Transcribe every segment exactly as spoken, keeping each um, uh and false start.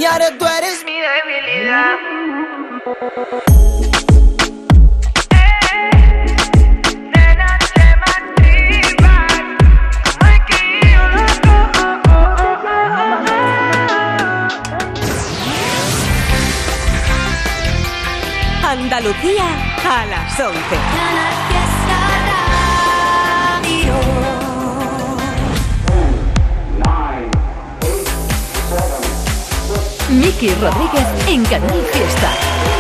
ahora tú eres mi debilidad. Andalucía a las once. Miki Rodríguez en Canal Fiesta.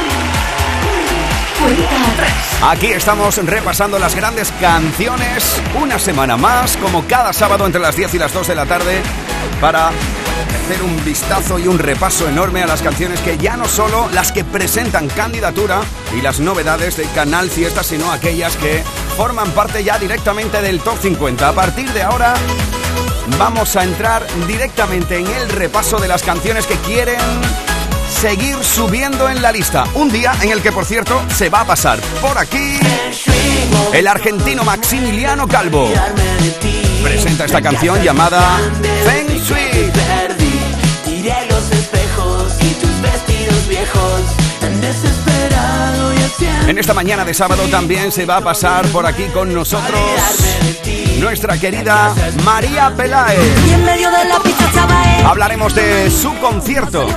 Cuenta atrás. Aquí estamos repasando las grandes canciones una semana más, como cada sábado entre las diez y las dos de la tarde, para hacer un vistazo y un repaso enorme a las canciones que ya no solo las que presentan candidatura y las novedades de Canal Fiesta, sino aquellas que forman parte ya directamente del Top cincuenta. A partir de ahora vamos a entrar directamente en el repaso de las canciones que quieren seguir subiendo en la lista. Un día en el que, por cierto, se va a pasar por aquí el argentino Maximiliano Calvo. Presenta esta canción llamada Feng Shui. Tiré los espejos y tus vestidos viejos, tan desesperado y haciendo. En esta mañana de sábado también se va a pasar por aquí con nosotros nuestra querida María Peláez. Y en medio de la pista estaba él. Hablaremos de su concierto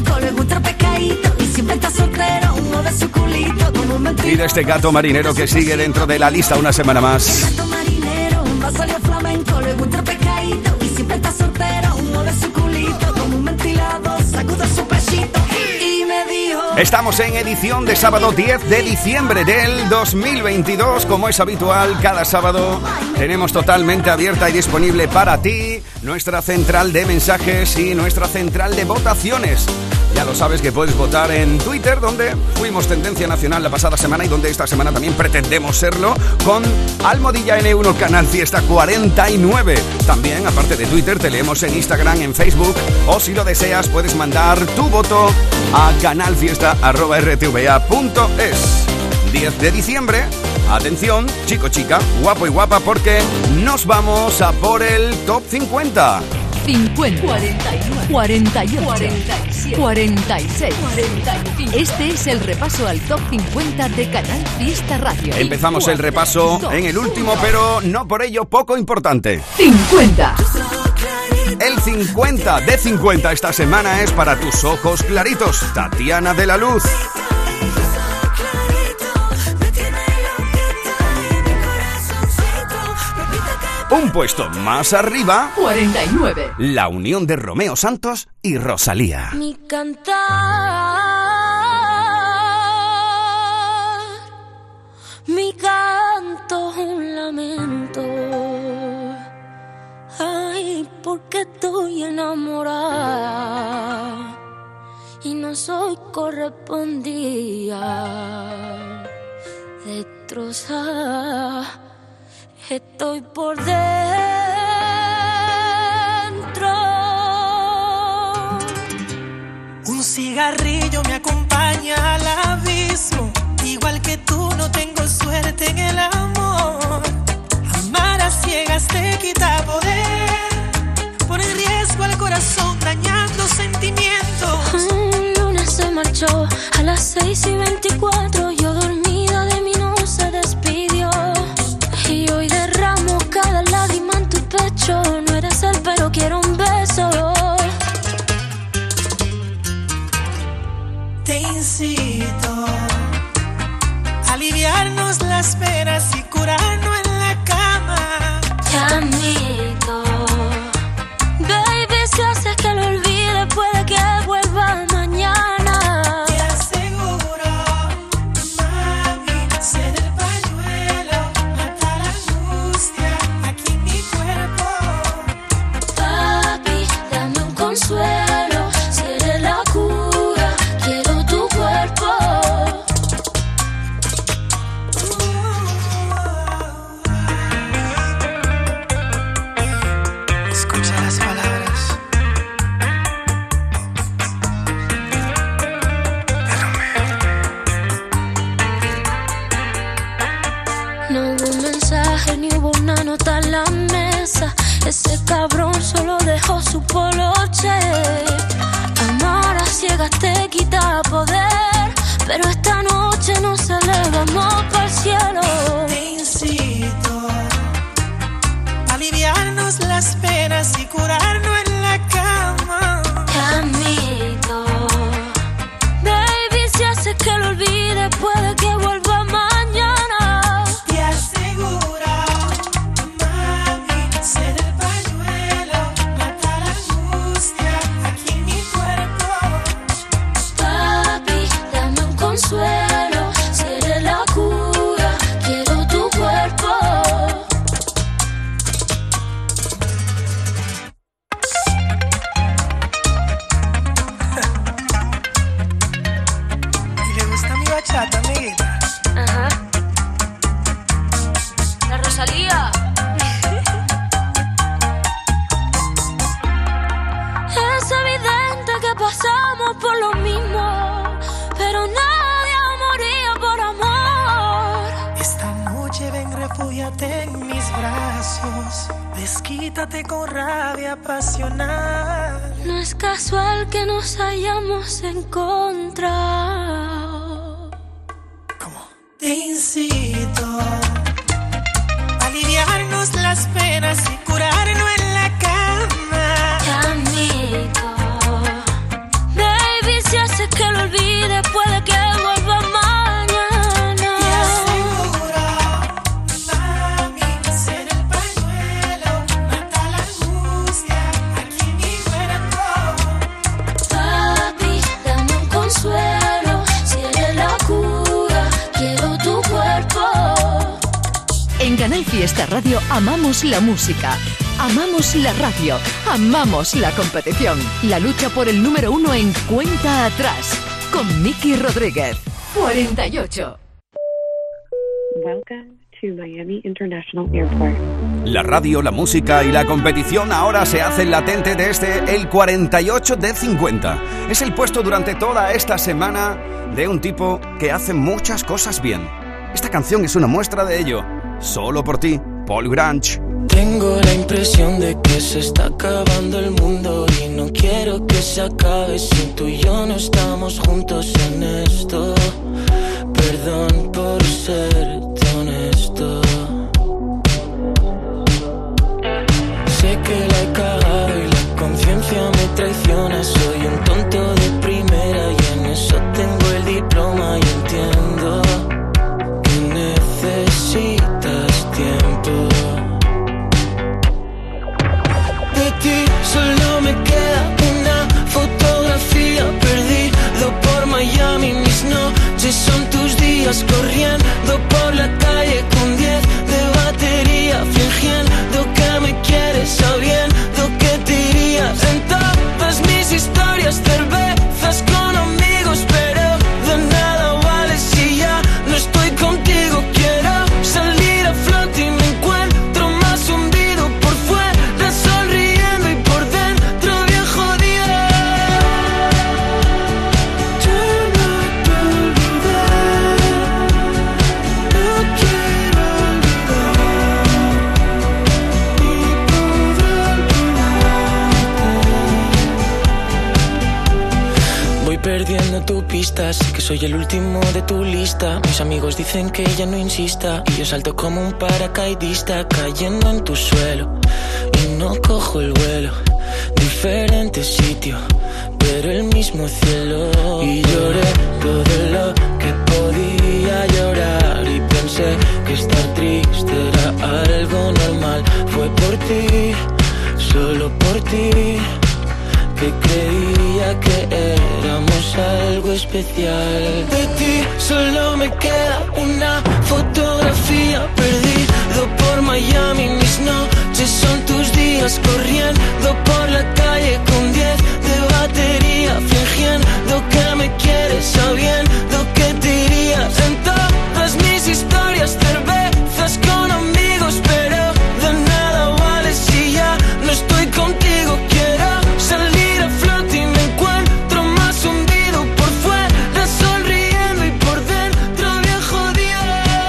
y de este gato marinero que sigue dentro de la lista una semana más. Estamos en edición de sábado diez de diciembre del dos mil veintidós. Como es habitual, cada sábado tenemos totalmente abierta y disponible para ti nuestra central de mensajes y nuestra central de votaciones. Ya lo sabes que puedes votar en Twitter, donde fuimos tendencia nacional la pasada semana y donde esta semana también pretendemos serlo, con Almohadilla ene uno Canal Fiesta cuarenta y nueve. También, aparte de Twitter, te leemos en Instagram, en Facebook, o si lo deseas puedes mandar tu voto a canalfiesta arroba r t v a punto es. diez de diciembre, atención, chico, chica, guapo y guapa, porque nos vamos a por el Top cincuenta. cincuenta, cuarenta y nueve, cuarenta y ocho, cuarenta y siete, cuarenta y seis, cuarenta y cinco. Este es el repaso al Top cincuenta de Canal Fiesta Radio. Empezamos el repaso en el último, pero no por ello poco importante. cincuenta. El cincuenta de cincuenta esta semana es para tus ojos claritos, Tatiana de la Luz. Un puesto más arriba, cuarenta y nueve. La unión de Romeo Santos y Rosalía. Mi cantar, mi canto es un lamento. Ay, porque estoy enamorada y no soy correspondida. Destrozada estoy por dentro. Un cigarrillo me acompaña al abismo. Igual que tú no tengo suerte en el amor. Amar a ciegas te quita poder. Pone en riesgo al corazón dañando sentimientos. El lunes se marchó a las seis y veinticuatro. Yo dormida de mí no se despidió. Y hoy derramo cada lágrima en tu pecho. No eres él pero quiero un beso. Te incito a aliviarnos las penas y curarnos en la cama. Te admito, baby, si haces que lo olvide puede que vuelva mañana. Te aseguro, mami, ser el pañuelo, mata la angustia aquí en mi cuerpo. Papi, dame un consuelo, si eres la cura, quiero tu cuerpo. Escucha las palabras de Romeo. No hubo un mensaje ni hubo una nota en la mesa. Ese cabrón solo dejó su poloche. Amar a matamos por lo mismo, pero nadie moría por amor. Esta noche ven, refúgiate en mis brazos, desquítate con rabia pasional. No es casual que nos hayamos encontrado. ¿Cómo? Te incito a aliviarnos las penas y curarnos en la cama. Te admito, baby, si haces que lo olvide, puede que vuelva mañana. Te aseguro, mami, ser el pañuelo, mata la angustia aquí en mi cuerpo. Papi, dame un consuelo, si eres la cura, quiero tu cuerpo. En Canal Fiesta Radio amamos la música, amamos la radio, amamos la competición. La lucha por el número uno en Cuenta Atrás, con Miki Rodríguez. cuarenta y ocho. Welcome to Miami International Airport. La radio, la música y la competición ahora se hacen latente desde el cuarenta y ocho de cincuenta. Es el puesto durante toda esta semana de un tipo que hace muchas cosas bien. Esta canción es una muestra de ello. Solo por ti, Paul Grange. Tengo la impresión de que se está acabando el mundo y no quiero que se acabe si tú y yo no estamos juntos en esto. Perdón por ser tan honesto. Sé que la he cagado y la conciencia me traiciona. Soy un tonto de primera y en eso tengo el diploma y entiendo que necesitas tiempo. De ti solo me queda una fotografía, perdido por Miami. Mis noches son tus días, corriendo por la calle con diez de batería, fingiendo que me quieres, sabiendo que te irías. En todas mis historias, cervezas con amigos, pero de nada vale si ya no estoy contigo. Quiero salir a flote y me encuentro más hundido por fuera, sonriendo y por dentro bien jodido. Yo no te olvidar, no quiero olvidar, ni podré olvidarte. Voy perdiendo tu pista, sé que soy el último de tu lista. Mis amigos dicen que ya no insista y yo salto como un paracaidista cayendo en tu suelo y no cojo el vuelo. Diferente sitio, pero el mismo cielo. Y lloré todo lo que podía llorar y pensé que estar triste era algo normal. Fue por ti, solo por ti, que creía que éramos algo especial. De ti solo me queda una fotografía, perdido por Miami. Mis noches son tus días, corriendo por la calle con diez de batería, fingiendo que me quieres, sabiendo que te irías. En todas mis historias, cervezas con amigos, pero de nada vale si ya no estoy contigo. Quiero salir a flote y me encuentro más hundido por fuera, sonriendo y por dentro bien jodido.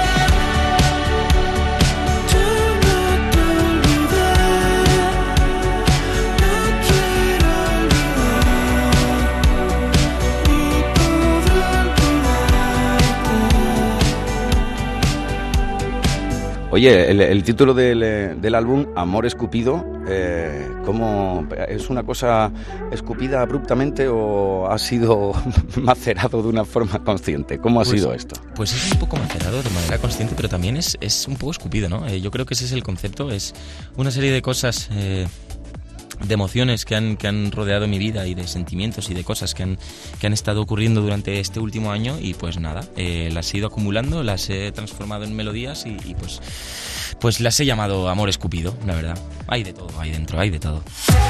Yo no te olvidar, no quiero olvidar, ni podré olvidarte. Oye, el, el título del, del álbum, Amor Escupido, eh, ¿cómo, ¿es una cosa escupida abruptamente o ha sido macerado de una forma consciente? ¿Cómo ha pues, sido esto? Pues es un poco macerado de manera consciente, pero también es, es un poco escupido, ¿no? Eh, yo creo que ese es el concepto, es una serie de cosas... Eh, de emociones que han, que han rodeado mi vida y de sentimientos y de cosas que han, que han estado ocurriendo durante este último año y pues nada, eh, las he ido acumulando, las he transformado en melodías y, y pues, pues las he llamado Amor Escupido, la verdad. Hay de todo ahí dentro, hay de todo.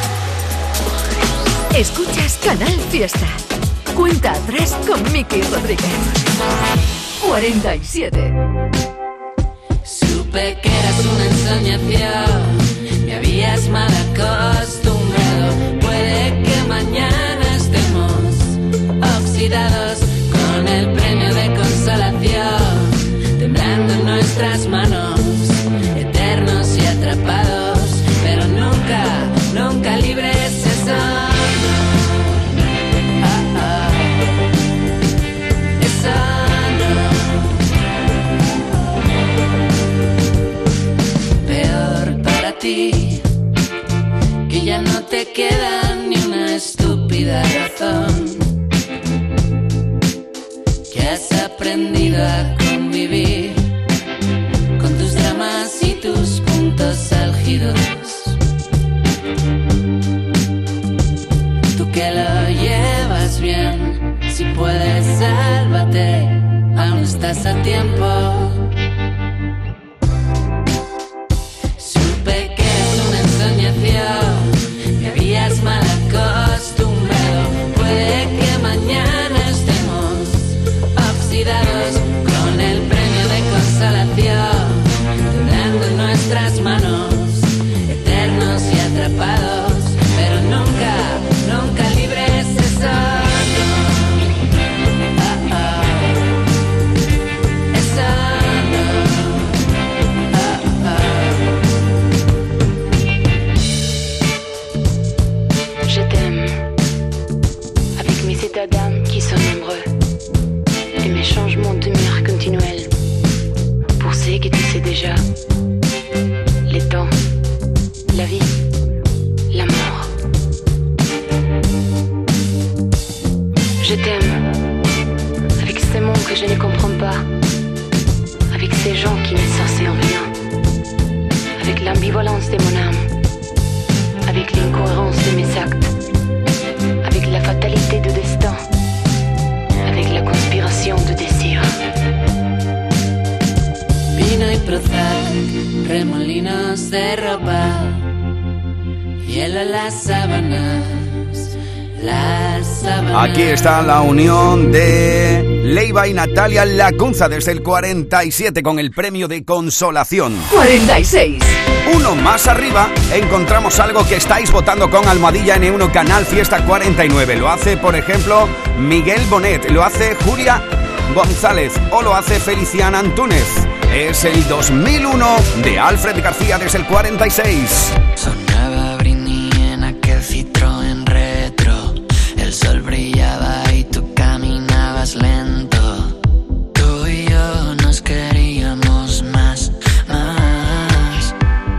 Escuchas Canal Fiesta. Cuenta atrás con Miki Rodríguez. cuarenta y siete. Supe que eras una ensoñación, me habías mal acostumbrado. Puede que mañana estemos aprendido a convivir con tus dramas y tus puntos álgidos. Tú que lo llevas bien, si puedes, sálvate, aún estás a tiempo. Supe que es una ensoñación, me habías mal acostumbrado. Puede que mañana estemos oxidados con el premio de consolación, dando en nuestras manos, eternos y atrapados, pero nunca, nunca libres de sol. d'âme qui sont nombreux et mes changements d'humeur continuels. Pour ce que tu sais déjà, les temps, la vie, la mort. Je t'aime avec ces mots que je ne comprends pas, avec ces gens qui ne censés en rien, avec l'ambivalence de mon âme, avec l'incohérence de mes actes, avec la fatalité du destin, avec la conspiration du désir. Vino y Prozac, remolinos de ropa, hielo en las sábanas, las sábanas. Aquí está la unión de Leiva y Natalia Lacunza desde el cuarenta y siete con el premio de consolación. cuarenta y seis. Uno más arriba encontramos algo que estáis votando con Almohadilla N uno Canal Fiesta cuarenta y nueve. Lo hace, por ejemplo, Miguel Bonet, lo hace Julia González o lo hace Feliciana Antúnez. Es el dos mil uno de Alfred García desde el cuarenta y seis. Sonaba Britney en aquel Citroën retro. El sol brillaba y tú caminabas lento. Tú y yo nos queríamos más, más,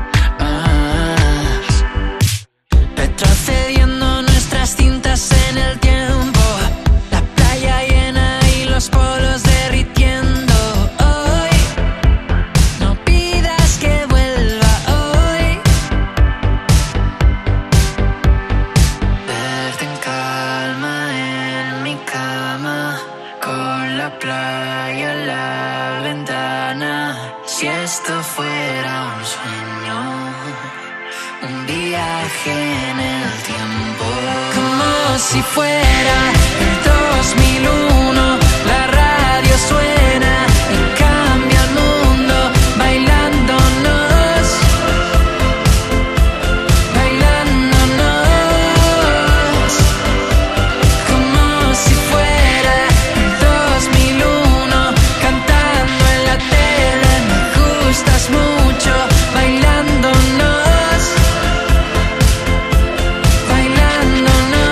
más. Retrocediendo nuestras cintas en el tiempo. La playa llena y los polos derritiendo. Playa, la ventana. Si esto fuera un sueño, un viaje en el tiempo, como si fuera el dos mil uno. La radio suena y cambia el mundo, bailándonos, bailándonos, como si fuera mucho, bailándonos, bailándonos.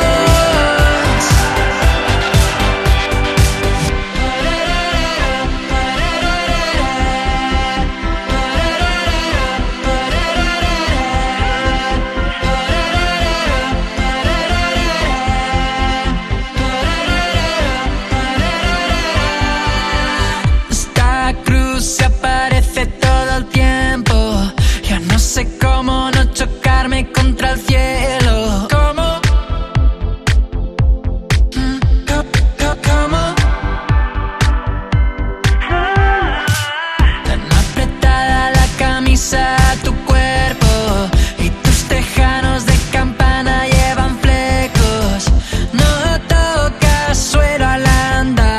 Esta cruz se aparece todo el tiempo. Ya no sé cómo no chocarme contra el cielo. ¿Cómo? ¿Cómo? Tan apretada la camisa a tu cuerpo y tus tejanos de campana llevan flecos. No tocas suelo al andar.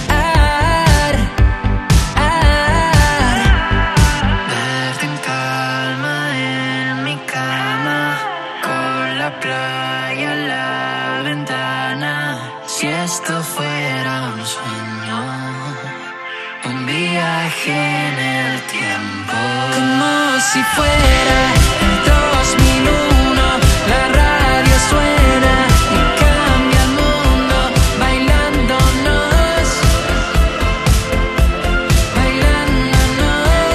Playa, la ventana. Si esto fuera un sueño, un viaje en el tiempo, como si fuera el dos mil uno. La radio suena y cambia el mundo, bailándonos, bailándonos,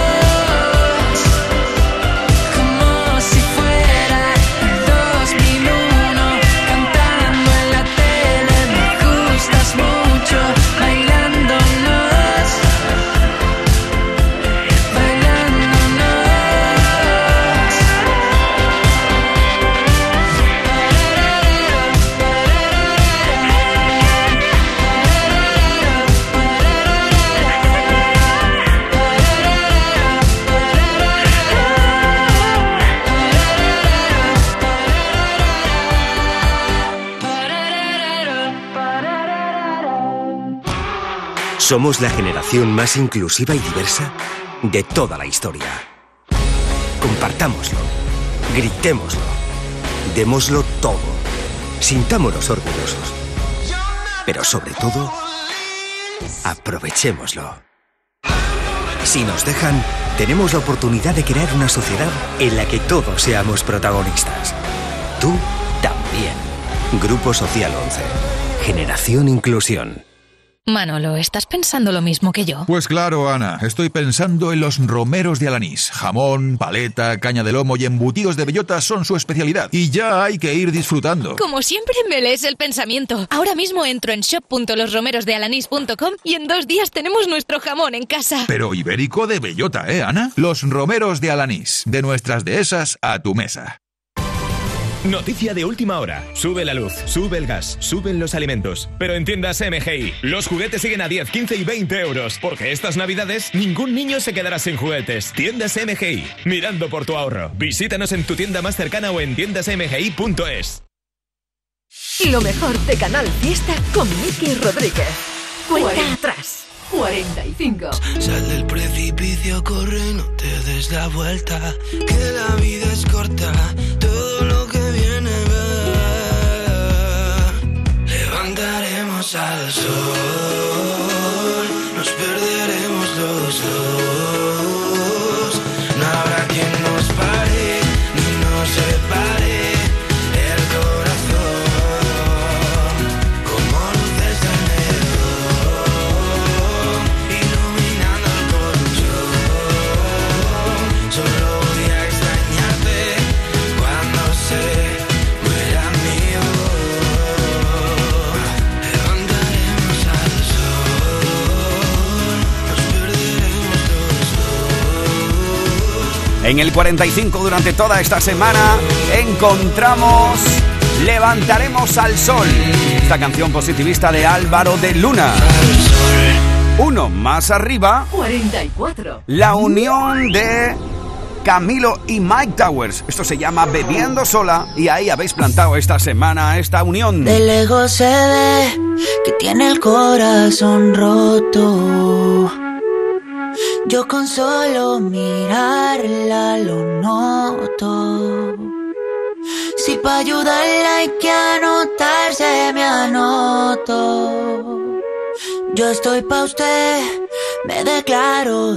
como si fuera el dos mil uno, cantando en la tele. Me gustas mucho, bailándonos. Somos la generación más inclusiva y diversa de toda la historia. Compartámoslo, gritémoslo, démoslo todo, sintámonos orgullosos. Pero sobre todo, aprovechémoslo. Si nos dejan, tenemos la oportunidad de crear una sociedad en la que todos seamos protagonistas. Tú también. Grupo Social once. Generación Inclusión. Manolo, ¿estás pensando lo mismo que yo? Pues claro, Ana. Estoy pensando en los romeros de Alanís. Jamón, paleta, caña de lomo y embutidos de bellota son su especialidad. Y ya hay que ir disfrutando. Como siempre me lees el pensamiento. Ahora mismo entro en shop punto los romeros de alanís punto com y en dos días tenemos nuestro jamón en casa. Pero ibérico de bellota, ¿eh, Ana? Los romeros de Alanís. De nuestras dehesas a tu mesa. Noticia de última hora. Sube la luz, sube el gas, suben los alimentos. Pero en tiendas M G I, los juguetes siguen a diez, quince y veinte euros. Porque estas navidades, ningún niño se quedará sin juguetes. Tiendas M G I, mirando por tu ahorro. Visítanos en tu tienda más cercana o en tiendas m g i punto es. Lo mejor de Canal Fiesta con Miki Rodríguez. Cuenta atrás. cuarenta y cinco. Sal del precipicio, corre, no te des la vuelta. Que la vida es corta. Todo lo que viene va. Levantaremos al sol. Nos perderemos los dos. No habrá quien nos pare ni nos separe. El corazón como luces de neón, iluminando el colchón. Solo voy a extrañarte cuando se muera mío. Levantaremos al sol, nos perderemos los dos. En el cuarenta y cinco durante toda esta semana encontramos Levantaremos al Sol, esta canción positivista de Álvaro de Luna. Uno más arriba, cuarenta y cuatro. la unión de Camilo y Mike Towers. Esto se llama Bebiendo Sola y ahí habéis plantado esta semana esta unión. De lejos se ve que tiene el corazón roto. Yo con solo mirarla lo noto. Si pa' ayudarla hay que anotarse, me anoto. Yo estoy pa' usted, me declaro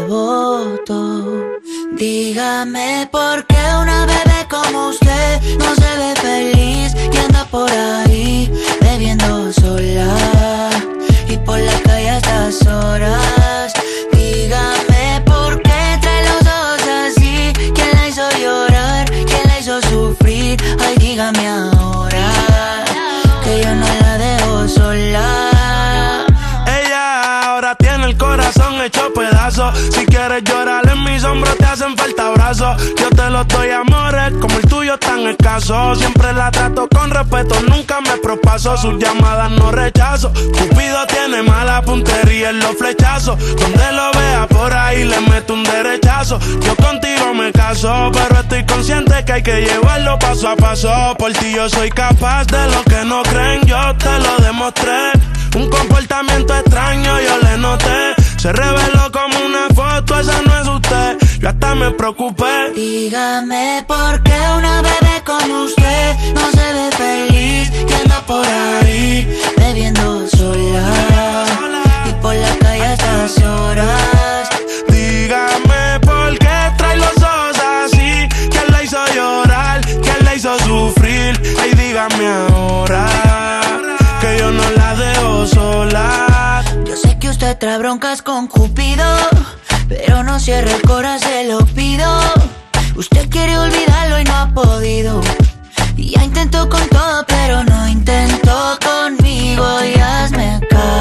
devoto. Dígame por qué una bebé como usted no se ve feliz y anda por ahí bebiendo sola y por la calle a estas horas. Dígame por qué trae los ojos así. ¿Quién la hizo llorar? ¿Quién la hizo sufrir? Ay, dígame ahora que yo no la dejo sola. Ella ahora tiene el corazón hecho pedazos. Si quieres llorar en mis hombros te hacen falta brazos. Yo te los doy, amores, como el tuyo tan escaso. Siempre la trato con respeto, nunca me propaso. Sus llamadas no rechazo. Cupido tiene mala puntería en los flechazos. Donde lo vea por ahí le meto un derechazo. Yo contigo me caso, pero estoy consciente que hay que llevarlo paso a paso. Por ti yo soy capaz de lo que no creen, yo te lo demostré. Un comportamiento extraño yo le noté. Se reveló como una foto, esa no es usted. Yo hasta me preocupé. Dígame por qué una bebé como usted no se ve feliz y anda por ahí bebiendo sola y por la calle a estas horas. Dígame por qué trae los ojos así. ¿Quién la hizo llorar? ¿Quién la hizo sufrir? Ay, dígame ahora que yo no la dejo sola. Yo sé que usted trae broncas con Cupido, pero no cierre el corazón, se lo pido. Usted quiere olvidarlo y no ha podido. Y ya intentó con todo, pero no intentó conmigo. Y hazme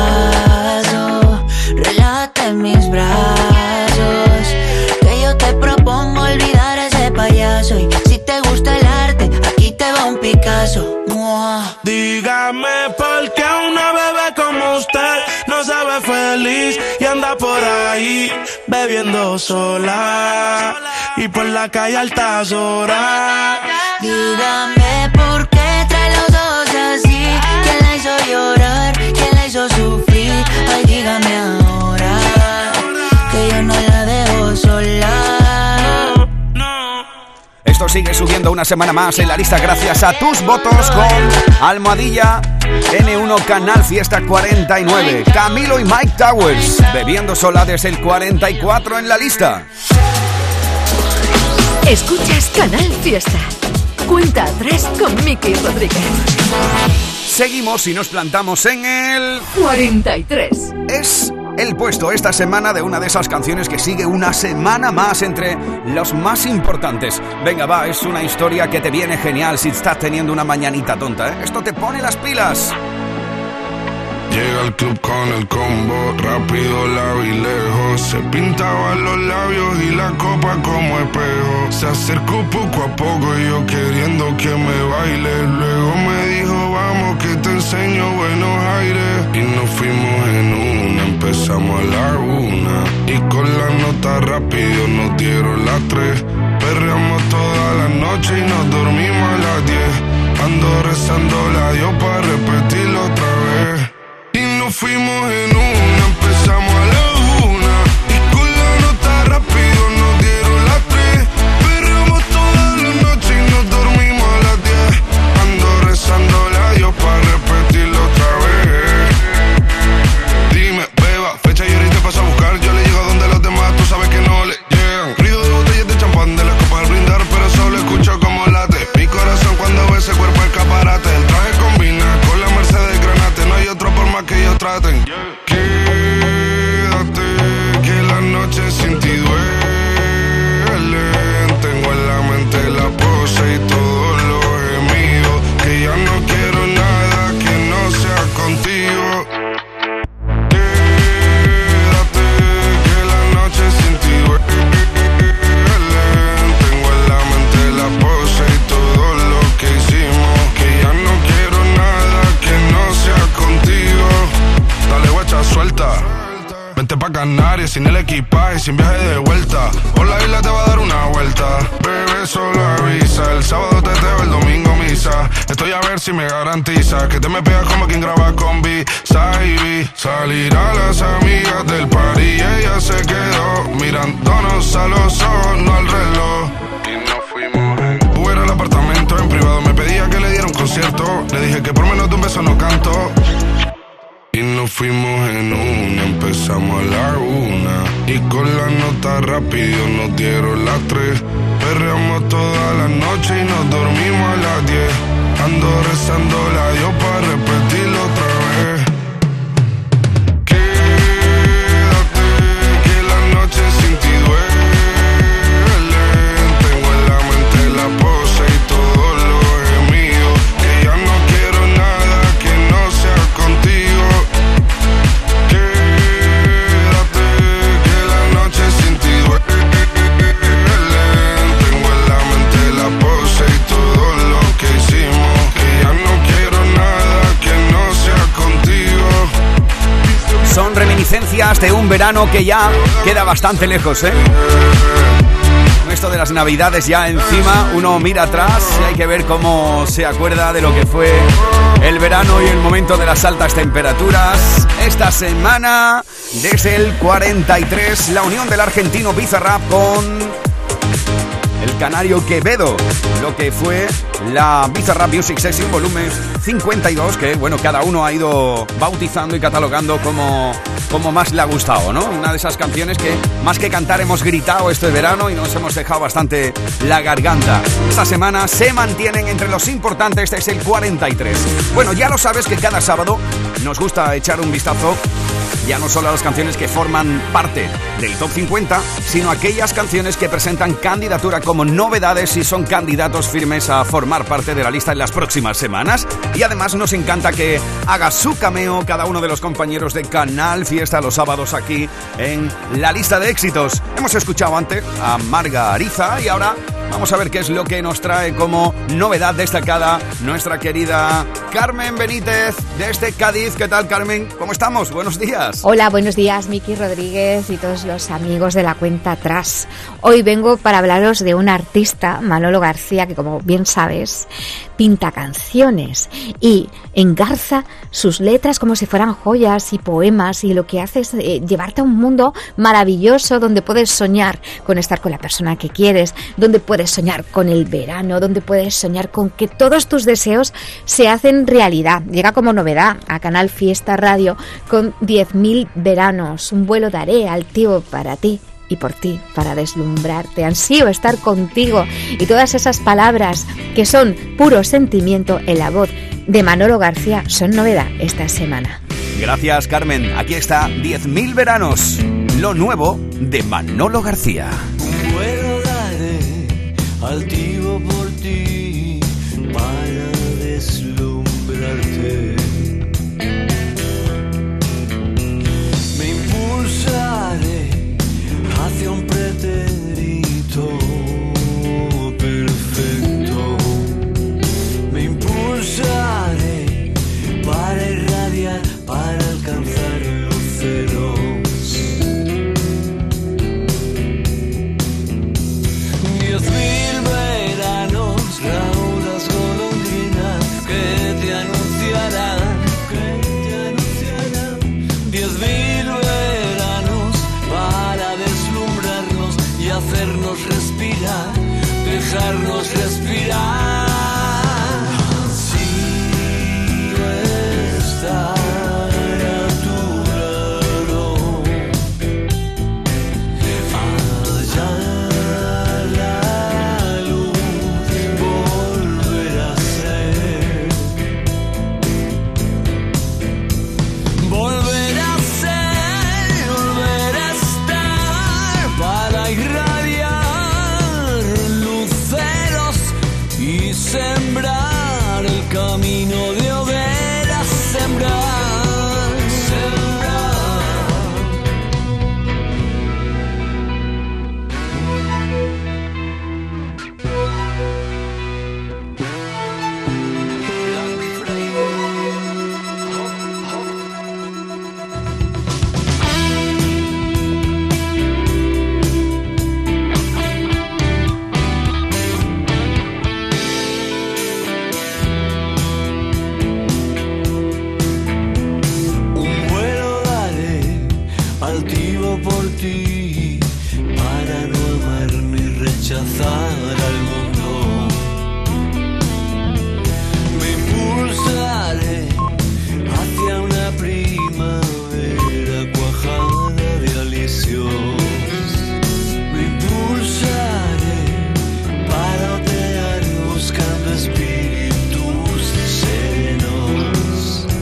caso, relájate en mis brazos, que yo te propongo olvidar a ese payaso. Y si te gusta el arte, aquí te va un Picasso. Mua. Dígame por qué una bebé como usted no se ve feliz y anda por ahí bebiendo sola y por la calle a altas horas. Dígame por qué trae los ojos así. ¿Quién la hizo llorar? ¿Quién la hizo sufrir? Ay, dígame ahora subiendo una semana más en la lista gracias a tus votos con Almohadilla ene uno Canal Fiesta cuarenta y nueve. Camilo y Mike Towers, Bebiendo Sola desde el cuarenta y cuatro en la lista. Escuchas Canal Fiesta. Cuenta atrás con Miki Rodríguez. Seguimos y nos plantamos en el cuarenta y tres. Es el puesto esta semana de una de esas canciones que sigue una semana más entre los más importantes. Venga, va, es una historia que te viene genial si estás teniendo una mañanita tonta, ¿eh? Esto te pone las pilas. Llega al club con el combo, rápido la vi lejos. Se pintaban los labios y la copa como espejo. Se acercó poco a poco y yo queriendo que me baile. Luego me dijo, vamos que te enseño buenos aires. Y nos fuimos en una, empezamos a la una. Y con la nota rápido nos dieron las tres. Perreamos toda la noche y nos dormimos a las diez. Ando rezando la Dios para repetirlo otra vez. Y nos fuimos en una, empezamos a la una. Y con la nota rápido nos dieron las tres. Perreamos toda la noche y nos dormimos a las diez. Ando rezando la Dios para repetirlo otra vez. Dime, beba, fecha y ahorita paso a buscar. Yo le llego donde los demás, tú sabes que no le llegan. Río de botellas de champán, de las copas al brindar, pero solo escucho como late mi corazón cuando ve ese cuerpo escaparate. El traje combina con la Mercedes Granate. No hay otro por más que ellos traten. Quédate, que la noche sin ti duele. Tengo en la mente la pose y todos los gemidos. Que ya no quiero nada que no sea contigo. Quédate, que la noche sin ti duele. Tengo en la mente la pose y todo lo que hicimos. Que ya no quiero nada que no sea contigo. Dale guacha, suelta. Vente pa' Canarias sin el equipaje, sin viaje de vuelta. Por la isla te va a dar una vuelta. Bebé, solo avisa. El sábado te teo, el domingo misa. Estoy a ver si me garantiza que te me pegas como quien graba con B. Saibi. Salir a las amigas del party y ella se quedó mirándonos a los ojos, no al reloj. Y nos fuimos en Uber al apartamento en privado. Me pedía que le diera un concierto. Le dije que por menos de un beso no canto. Y nos fuimos en una, empezamos a la una. Y con la nota rápido nos dieron las tres. Perreamos toda la noche y nos dormimos a las diez. Ando rezando la Dios para repetirlo otra vez. Quédate, que la noche sin ti duele. Tengo en la mente la pose y todos los gemidos. Que ya no quiero nada que no sea contigo. Son reminiscencias de un verano que ya queda bastante lejos, ¿eh? Con esto de las navidades ya encima, uno mira atrás y hay que ver cómo se acuerda de lo que fue el verano y el momento de las altas temperaturas. Esta semana, desde el cuarenta y tres, la unión del argentino Bizarrap con el canario Quevedo, lo que fue la Bizarrap Music Session volumen cincuenta y dos, que bueno, cada uno ha ido bautizando y catalogando como, como más le ha gustado, ¿no? Una de esas canciones que más que cantar hemos gritado este verano y nos hemos dejado bastante la garganta. Esta semana se mantienen entre los importantes desde el cuarenta y tres. Bueno, ya lo sabes que cada sábado nos gusta echar un vistazo ya no solo a las canciones que forman parte del Top cincuenta, sino aquellas canciones que presentan candidatura como novedades y son candidatos firmes a formar parte de la lista en las próximas semanas. Y además nos encanta que haga su cameo cada uno de los compañeros de Canal Fiesta los sábados aquí en la lista de éxitos. Hemos escuchado antes a Marga Ariza y ahora vamos a ver qué es lo que nos trae como novedad destacada nuestra querida Carmen Benítez desde Cádiz. ¿Qué tal, Carmen? ¿Cómo estamos? Buenos días. Hola, buenos días, Miki Rodríguez y todos los amigos de la cuenta atrás. Hoy vengo para hablaros de un artista, Manolo García, que como bien sabes, pinta canciones y engarza sus letras como si fueran joyas y poemas, y lo que hace es eh, llevarte a un mundo maravilloso donde puedes soñar con estar con la persona que quieres, donde puedes puedes soñar con el verano, donde puedes soñar con que todos tus deseos se hacen realidad. Llega como novedad a Canal Fiesta Radio con diez mil veranos, un vuelo daré altivo para ti y por ti, para deslumbrarte. Ansío estar contigo, y todas esas palabras que son puro sentimiento en la voz de Manolo García son novedad esta semana. Gracias, Carmen. Aquí está diez mil veranos, lo nuevo de Manolo García. Un vuelo daré altivo por ti para deslumbrarte. Me impulsaré hacia un pretérito perfecto. Me impulsaré para irradiar, para alcanzar los ceros. Diez mil veranos, raudas golondrinas que te anunciarán, que te anunciarán. Diez mil veranos para deslumbrarnos y hacernos respirar, dejarnos respirar. Ansío estar a tu lado, allá la luz volver a ser, volver a ser, volver a estar para irradiar luceros y sembrar el camino de hogueras, sembrar, sembrar. Un vuelo daré altivo por ti para no amar ni rechazar al mundo. Me impulsaré hacia una primavera cuajada de alicios. Me impulsaré para otear buscando espíritus serenos.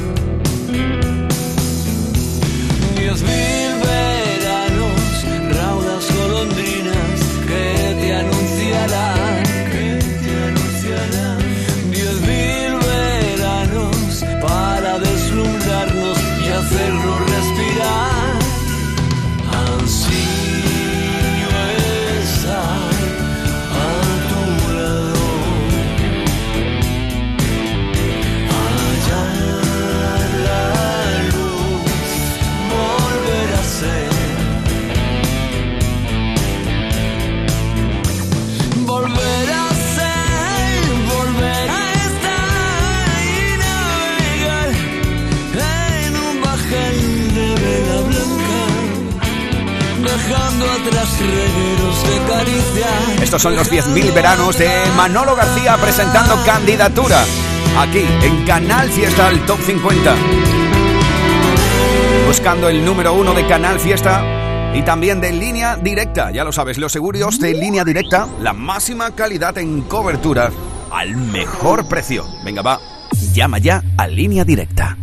Diez mil veranos, raudas golondrinas que te anunciarán, que te anunciarán. Diez mil veranos para deslumbrarnos y hacernos respirar. Ansío estar a tu lado, hallar la luz, volver a ser, volver a ser, volver a estar y navegar en un bajel de vela blanca, dejando atrás regueros de caricias. Estos son los diez mil veranos de Manolo García presentando candidatura aquí en Canal Fiesta al Top cincuenta. Buscando el número uno de Canal Fiesta y también de Línea Directa. Ya lo sabes, los seguros de Línea Directa, la máxima calidad en cobertura al mejor precio. Venga, va, llama ya a Línea Directa.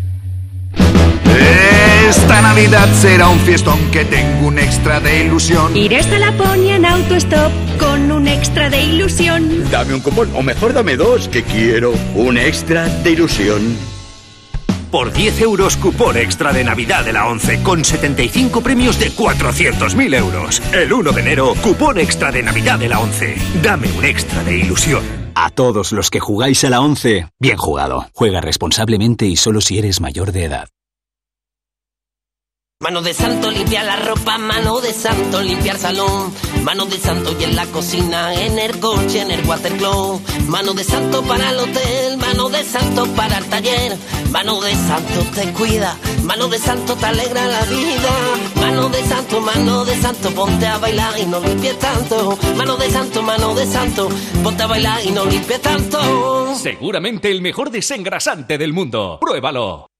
Esta Navidad será un fiestón, que tengo un extra de ilusión. Iré hasta Laponia en autostop con un extra de ilusión. Dame un cupón, o mejor dame dos, que quiero un extra de ilusión. Por diez euros, cupón extra de Navidad de la ONCE, con setenta y cinco premios de cuatrocientos mil euros. El uno de enero, cupón extra de Navidad de la ONCE. Dame un extra de ilusión. A todos los que jugáis a la ONCE, bien jugado. Juega responsablemente y solo si eres mayor de edad. Mano de santo, limpiar la ropa, mano de santo, limpiar salón, mano de santo y en la cocina, en el coche, en el watercloak, mano de santo para el hotel, mano de santo para el taller, mano de santo te cuida, mano de santo te alegra la vida, mano de santo, mano de santo, ponte a bailar y no limpies tanto, mano de santo, mano de santo, ponte a bailar y no limpies tanto. Seguramente el mejor desengrasante del mundo. Pruébalo.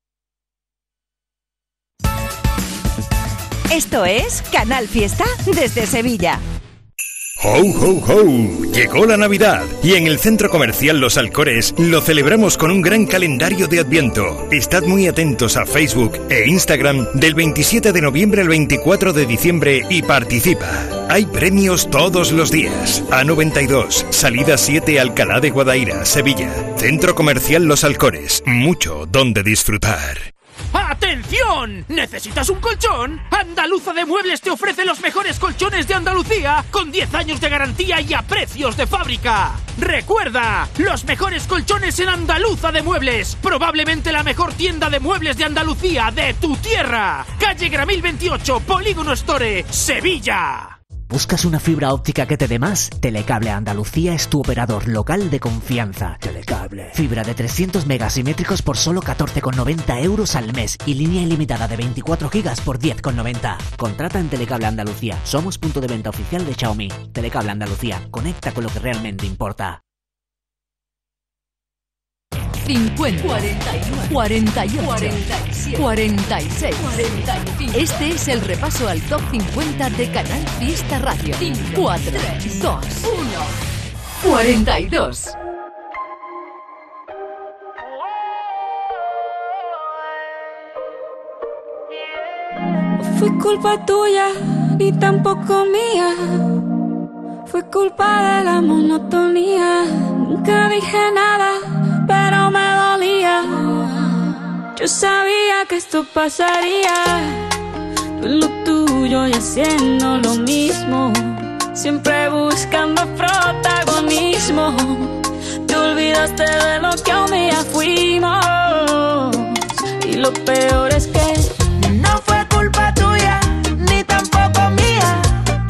Esto es Canal Fiesta desde Sevilla. ¡Ho, ho, ho! Llegó la Navidad y en el Centro Comercial Los Alcores lo celebramos con un gran calendario de Adviento. Estad muy atentos a Facebook e Instagram del veintisiete de noviembre al veinticuatro de diciembre y participa. Hay premios todos los días. A noventa y dos, salida siete, Alcalá de Guadaira, Sevilla. Centro Comercial Los Alcores. Mucho donde disfrutar. ¡Atención! ¿Necesitas un colchón? Andaluza de Muebles te ofrece los mejores colchones de Andalucía con diez años de garantía y a precios de fábrica. ¡Recuerda! Los mejores colchones en Andaluza de Muebles. Probablemente la mejor tienda de muebles de Andalucía, de tu tierra. Calle Gramil veintiocho, Polígono Store, Sevilla. ¿Buscas una fibra óptica que te dé más? Telecable Andalucía es tu operador local de confianza. Telecable. Fibra de trescientos megasimétricos por solo catorce con noventa euros al mes y línea ilimitada de veinticuatro gigas por diez con noventa. Contrata en Telecable Andalucía. Somos punto de venta oficial de Xiaomi. Telecable Andalucía. Conecta con lo que realmente importa. cincuenta, cuarenta y nueve, cuarenta y ocho, cuarenta y siete, cuarenta y seis, cuarenta y cinco. Este es el repaso al top cincuenta de Canal Fiesta Radio. cinco, cuatro, tres, dos, uno. cuarenta y dos. No fue culpa tuya, ni tampoco mía. Fue culpa de la monotonía. Nunca dije nada, pero me dolía. Yo sabía que esto pasaría. Tú en lo tuyo y haciendo lo mismo, siempre buscando protagonismo. Te olvidaste de lo que un día fuimos. Y lo peor es que no fue culpa tuya, ni tampoco mía.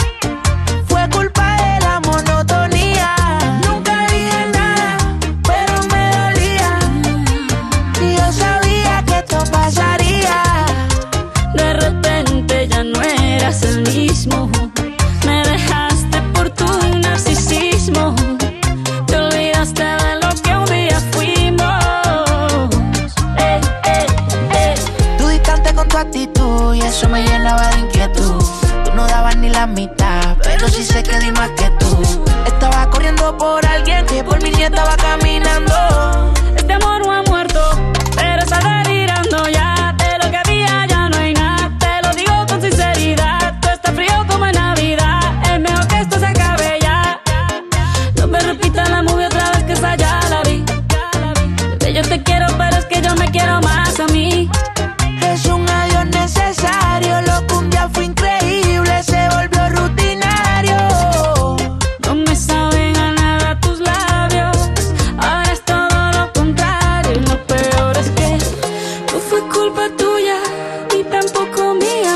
Fue culpa de la monotonía. Nunca dije nada, pero me dolía. Y yo sabía que esto pasaría. De repente ya no eras el mismo. Me dejaste por tu narcisismo. Te olvidaste de lo que un día fuimos. Eh, eh, eh. Tú distante con tu actitud y eso me llenaba de inquietud. Tú no dabas ni la mitad, pero sí sé que di más que tú. Estaba corriendo por alguien que por mí ni estaba caminando. Este amor no ha muerto, pero está delirando ya. De lo que había ya no hay nada. Te lo digo con sinceridad. Tú estás frío como en Navidad. Es mejor que esto se acabe ya. No me repita la movie otra vez, que esa ya la vi. Bebé, yo te quiero, pero es que yo me quiero más a mí. Es un adiós necesario. Lo que un día fue increíble se volvió rutinario. No me saben a nada tus labios. Ahora es todo lo contrario. Y lo peor es que no fue culpa tuya, ni tampoco mía.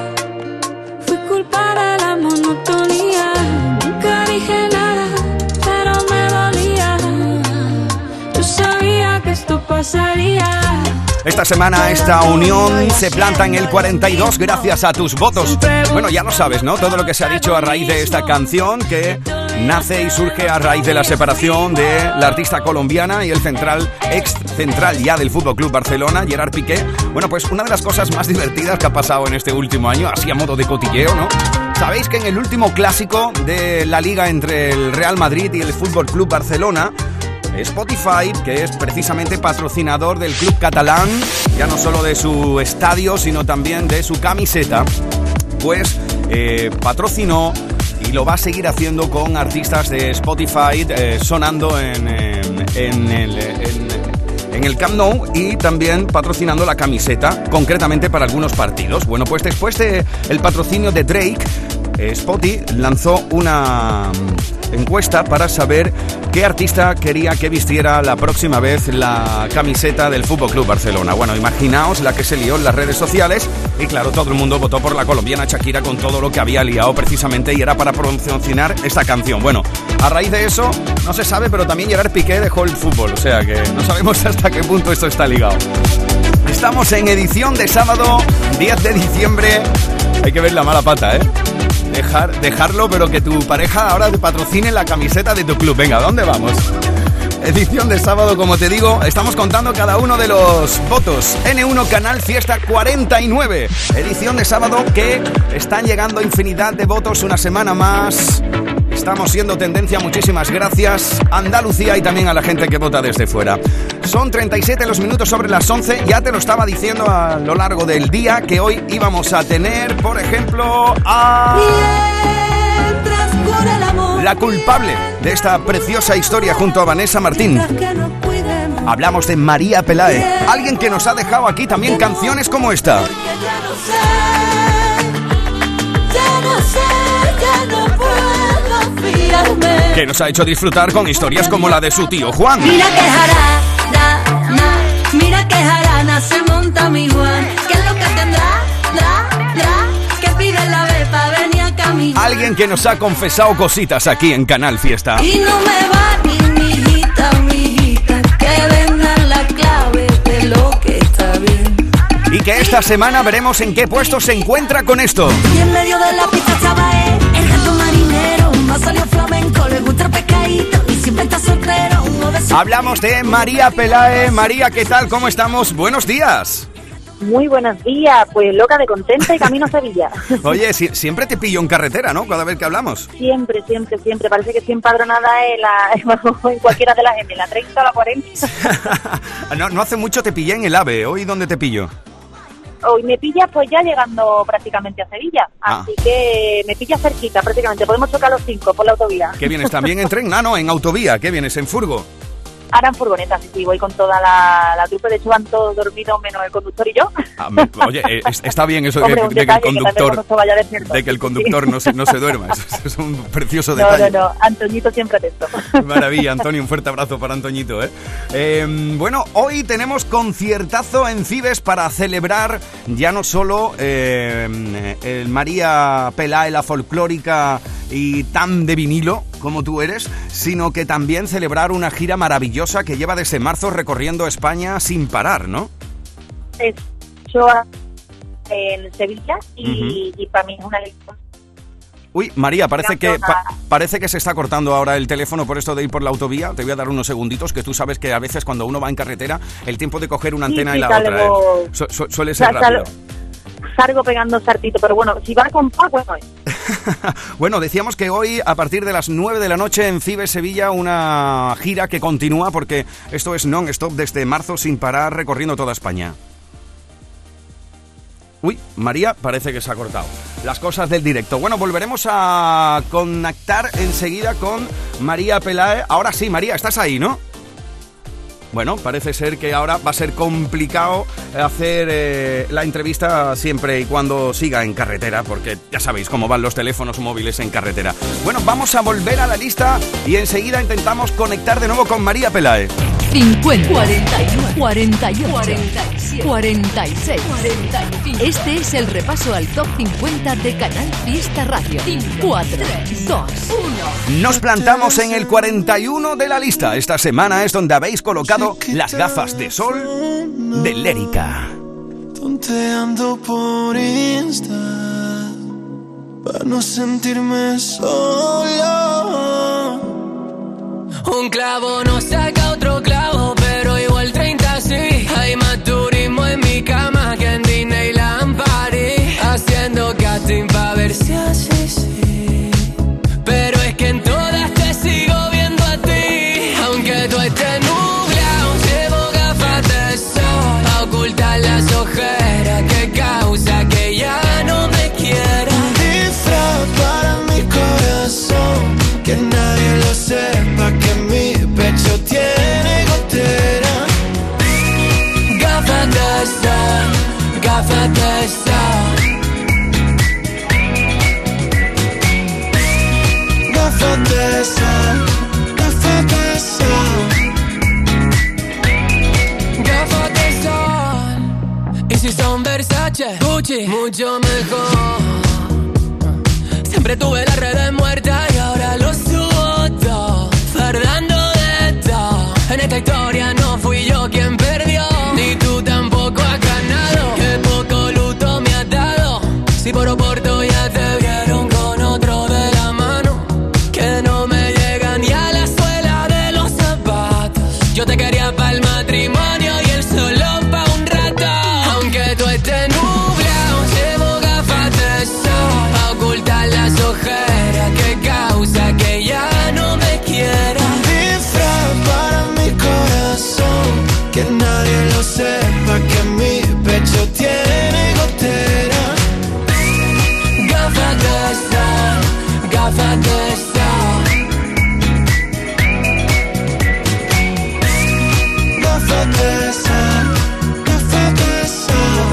Fue culpa de la monotonía. Nunca dije nada, pero me dolía. Yo sabía que esto pasaría. Esta semana esta unión se planta en el cuarenta y dos gracias a tus votos. Bueno, ya lo sabes, ¿no? Todo lo que se ha dicho a raíz de esta canción que nace y surge a raíz de la separación de la artista colombiana y el central, ex central ya del Fútbol Club Barcelona, Gerard Piqué. Bueno, pues una de las cosas más divertidas que ha pasado en este último año, así a modo de cotilleo, ¿no? Sabéis que en el último clásico de la liga entre el Real Madrid y el Fútbol Club Barcelona, Spotify, que es precisamente patrocinador del club catalán, ya no solo de su estadio, sino también de su camiseta, pues eh, patrocinó y lo va a seguir haciendo con artistas de Spotify eh, sonando en, en, en, el, en, en el Camp Nou y también patrocinando la camiseta, concretamente para algunos partidos. Bueno, pues después del patrocinio de Drake, eh, Spotify lanzó una... encuesta para saber qué artista quería que vistiera la próxima vez la camiseta del F C Barcelona. Bueno, imaginaos la que se lió en las redes sociales y claro, todo el mundo votó por la colombiana Shakira con todo lo que había liado precisamente y era para promocionar esta canción. Bueno, a raíz de eso, no se sabe, pero también Gerard Piqué dejó el fútbol, o sea que no sabemos hasta qué punto esto está ligado. Estamos en edición de sábado diez de diciembre. Hay que ver la mala pata, ¿eh? Dejar, dejarlo, pero que tu pareja ahora te patrocine la camiseta de tu club. Venga, ¿dónde vamos? Edición de sábado, como te digo, estamos contando cada uno de los votos. ene uno Canal Fiesta cuarenta y nueve. Edición de sábado que están llegando infinidad de votos una semana más. Estamos siendo tendencia, muchísimas gracias Andalucía y también a la gente que vota desde fuera. Son treinta y siete los minutos sobre las once. Ya te lo estaba diciendo a lo largo del día que hoy íbamos a tener, por ejemplo, a la culpable de esta preciosa historia junto a Vanessa Martín. Hablamos de María Pelae, alguien que nos ha dejado aquí también canciones como esta. Que nos ha hecho disfrutar con historias como la de su tío Juan. Mira que jarana, mira que jarana se monta mi Juan. ¿Qué es lo que tendrá? Dra, dra, que pide la vez pa' venir a caminar. Alguien que nos ha confesado cositas aquí en Canal Fiesta. Y no me va ni mi hijita, mi hijita, que vendan la clave de lo que está bien. Y que esta semana veremos en qué puesto se encuentra con esto. Y en medio de la pista estaba él, el gato marinero, más salió flamenco, le gusta el pescadito y siempre está soltero. Hablamos de María Pelae. María, ¿qué tal? ¿Cómo estamos? Buenos días. Muy buenos días, pues loca de contenta y camino a Sevilla. Oye, si, siempre te pillo en carretera, ¿no? Cada vez que hablamos. Siempre, siempre, siempre. Parece que estoy empadronada en, la, en cualquiera de las M, la treinta o la cuarenta. no, no hace mucho te pillé en el AVE. ¿Hoy dónde te pillo? Hoy me pillas pues ya llegando prácticamente a Sevilla, ah. así que me pillas cerquita prácticamente, podemos chocar los cinco por la autovía. ¿Qué vienes también en tren? Ah, no, en autovía. ¿Qué vienes, en furgo? Ahora en furgoneta, sí, sí, voy con toda la, la trupe, de hecho van todos dormidos menos el conductor y yo. Ah, me, oye, es, está bien eso Hombre, de, de, que el conductor, que vaya de, de que el conductor no se, no se duerma, eso es un precioso no, detalle. No, no, no, Antoñito siempre atento. Maravilla, Antonio, un fuerte abrazo para Antoñito, ¿eh? Eh, bueno, hoy tenemos conciertazo en Fibes para celebrar ya no solo eh, el María Pelae, la folclórica y tan de vinilo como tú eres, sino que también celebrar una gira maravillosa que lleva desde marzo recorriendo España sin parar, ¿no? Es yo en Sevilla y, uh-huh. y para mí es una lección. Uy, María, parece que pa- parece que se está cortando ahora el teléfono por esto de ir por la autovía. Te voy a dar unos segunditos, que tú sabes que a veces cuando uno va en carretera, el tiempo de coger una antena sí, sí, y la salgo, otra eh, su- su- suele ser sal, rápido. Salgo pegando sartito, pero bueno, si va con pa, bueno es. Bueno, decíamos que hoy, a partir de las nueve de la noche en Fibes Sevilla, una gira que continúa, porque esto es non-stop desde marzo sin parar, recorriendo toda España. Uy, María, parece que se ha cortado. Las cosas del directo. Bueno, volveremos a conectar enseguida con María Pelae. Ahora sí, María, estás ahí, ¿no? Bueno, parece ser que ahora va a ser complicado hacer eh, la entrevista siempre y cuando siga en carretera, porque ya sabéis cómo van los teléfonos móviles en carretera. Bueno, vamos a volver a la lista y enseguida intentamos conectar de nuevo con María Pelae. cincuenta, cuarenta y nueve, cuarenta y ocho, cuarenta y siete, cuarenta y seis, cuarenta y cinco. Este es el repaso al top cincuenta de Canal Fiesta Radio. cuatro, dos, uno. Nos plantamos en el cuarenta y uno de la lista. Esta semana es donde habéis colocado las gafas de sol de Lérica. Tonteando por Insta para no sentirme solo. Un clavo no saca otro clavo, pero igual treinta sí. Hay más turismo en mi cama que en Disneyland París, haciendo casting pa' ver si así sí. Pero es que en todas te sigo viendo a ti, aunque tú estés nublado. Llevo gafas de sol a ocultar las ojeras que causa que ya no me quiera. Un disfraz para mi corazón, que nadie lo sepa, que mi pecho tiene Versace, Gucci, mucho mejor. Siempre tuve las redes muertas y ahora lo subo todo. Fardando de todo. En esta historia no fui yo quien perdió, ni tú tampoco has ganado. Qué poco luto me has dado. Si por oporto ya te vieron con otro de la mano, que no me llega ni a la suela de los zapatos. Yo te quería para el matrimonio y él solo pa' un rato. Aunque tú estés nublado, llevo gafas de sol pa' ocultar las ojeras que causa que ya no me quiera. Un disfraz para mi corazón, que nadie lo sepa, que mi pecho tiene gotera. Gafas de sol, gafas de sol. Gafas de sol, gafas de sol.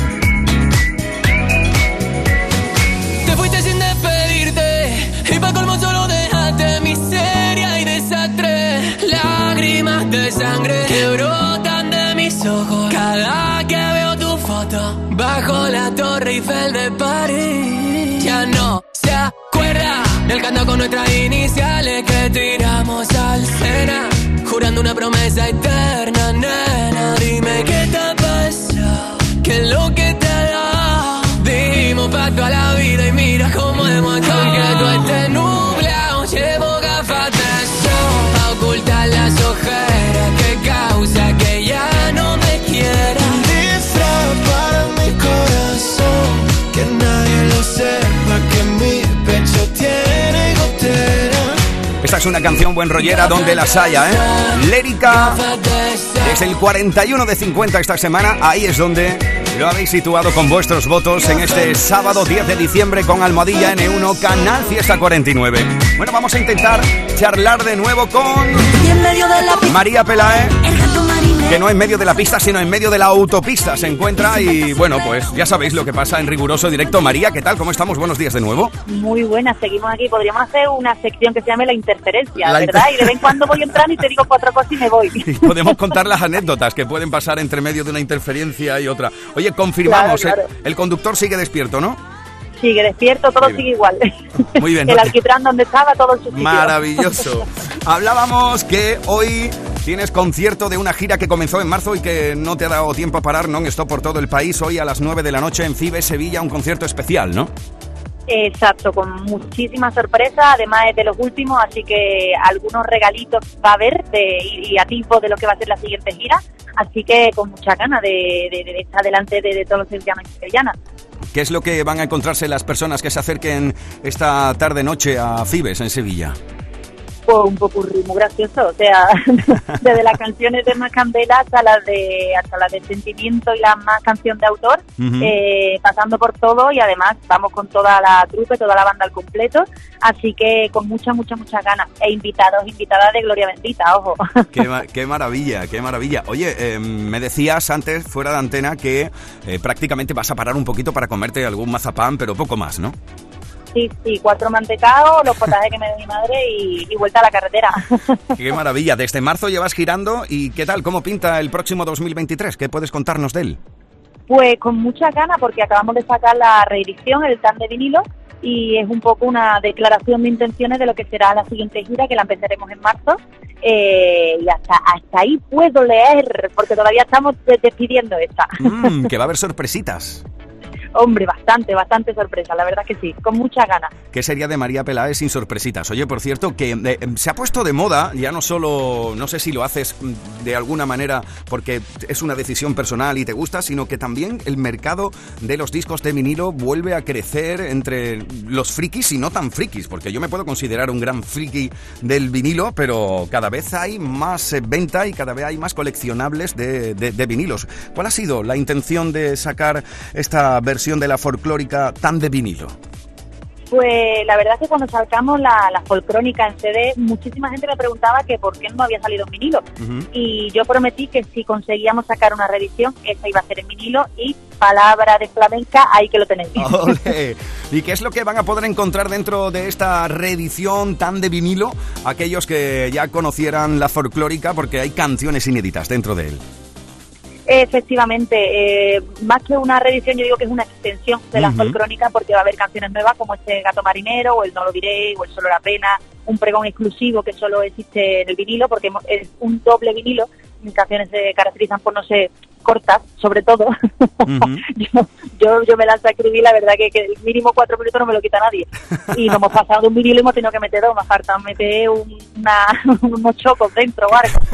Te fuiste sin despedirte y pa' colmo solo dejaste miseria y desastre. Lágrimas de sangre que brotan de mis ojos cada que veo tu foto bajo la Torre Eiffel de París. Ya no se acuerda del canto con nuestras iniciales que tiramos al Sena, jurando una promesa eterna, nena. Dime qué te pasa, qué es lo que te da. Dijimos pacto a la vida y mira cómo hemos acabado. Aunque tú estés nublado, llevo gafas de sol pa' ocultar las ojeras que causa que ya no me quiera. Un disfraz para mi corazón, que nadie lo sepa, que mi pecho tiene gotera. Esta es una canción buen rollera donde las haya, ¿eh? Lérica, es el cuarenta y uno de cincuenta esta semana. Ahí es donde lo habéis situado con vuestros votos en este sábado diez de diciembre con Almohadilla N uno, Canal Fiesta cuarenta y nueve. Bueno, vamos a intentar charlar de nuevo con María Pelae, que no en medio de la pista, sino en medio de la autopista se encuentra. Y bueno, pues ya sabéis lo que pasa en riguroso directo. María, ¿qué tal? ¿Cómo estamos? Buenos días de nuevo. Muy buenas, seguimos aquí. Podríamos hacer una sección que se llame La Interferencia, La ¿verdad? inter- Y de vez en cuando voy entrando y te digo cuatro cosas y me voy. Y podemos contar las anécdotas que pueden pasar entre medio de una interferencia y otra. Oye, confirmamos, Claro, claro. El, el conductor sigue despierto, ¿no? Sigue despierto, todo sigue igual. Muy bien. El no te- alquitrán donde estaba, todo en su sitio. Maravilloso. Hablábamos que hoy tienes concierto de una gira que comenzó en marzo y que no te ha dado tiempo a parar non-stop por todo el país. Hoy a las nueve de la noche en Fibe, Sevilla, un concierto especial, ¿no? Exacto, con muchísimas sorpresas, además es de los últimos, así que algunos regalitos va a haber de, y, y atisbos de lo que va a ser la siguiente gira, así que con mucha ganas de, de, de estar delante de, de todos los sevillanos y sevillanas. ¿Qué es lo que van a encontrarse las personas que se acerquen esta tarde-noche a Fibes en Sevilla? Pues un popurrí muy gracioso, o sea, desde las canciones de más candela hasta las de hasta las de sentimiento y la más canción de autor, Uh-huh. eh, pasando por todo, y además vamos con toda la trupe, toda la banda al completo, así que con muchas, muchas, muchas ganas, e invitados, invitadas de Gloria Bendita, ojo. Qué, ma- qué maravilla, qué maravilla. Oye, eh, me decías antes, fuera de antena, que eh, prácticamente vas a parar un poquito para comerte algún mazapán, pero poco más, ¿no? Sí, sí, cuatro mantecados, los potajes que me dio mi madre y, y vuelta a la carretera. Qué maravilla. Desde marzo llevas girando y ¿qué tal? ¿Cómo pinta el próximo dos mil veintitrés? ¿Qué puedes contarnos de él? Pues con muchas ganas, porque acabamos de sacar la reedición, el TAN de vinilo, y es un poco una declaración de intenciones de lo que será la siguiente gira, que la empezaremos en marzo. Eh, y hasta, hasta ahí puedo leer, porque todavía estamos de- despidiendo esta. Mm, que va a haber sorpresitas. Hombre, bastante, bastante sorpresa, la verdad que sí, con muchas ganas. ¿Qué sería de María Pelae sin sorpresitas? Oye, por cierto, que eh, se ha puesto de moda, ya no solo, no sé si lo haces de alguna manera porque es una decisión personal y te gusta, sino que también el mercado de los discos de vinilo vuelve a crecer entre los frikis y no tan frikis, porque yo me puedo considerar un gran friki del vinilo, pero cada vez hay más eh, venta y cada vez hay más coleccionables de, de, de vinilos. ¿Cuál ha sido la intención de sacar esta versión de la folclórica tan de vinilo? Pues la verdad es que cuando sacamos la, la folcrónica en C D, muchísima gente me preguntaba que por qué no había salido en vinilo. Uh-huh. Y yo prometí que si conseguíamos sacar una reedición, esa iba a ser en vinilo, y palabra de flamenca, ahí que lo tenéis. ¡Olé! ¿Y qué es lo que van a poder encontrar dentro de esta reedición tan de vinilo? Aquellos que ya conocieran la folclórica, porque hay canciones inéditas dentro de él. Efectivamente, eh, más que una reedición, yo digo que es una extensión de la Ujú. folcrónica, porque va a haber canciones nuevas como este Gato Marinero, o el No lo diré, o el Solo la pena, un pregón exclusivo que solo existe en el vinilo, porque hemos- es un doble vinilo. Mis canciones se caracterizan por no ser cortas, sobre todo. yo, yo, yo me lanzo a escribir, la verdad que, que el mínimo cuatro minutos no me lo quita nadie. Y nos hemos pasado de un vinilo y hemos tenido que meter dos, nos faltan meter un, una, unos chocos dentro o algo.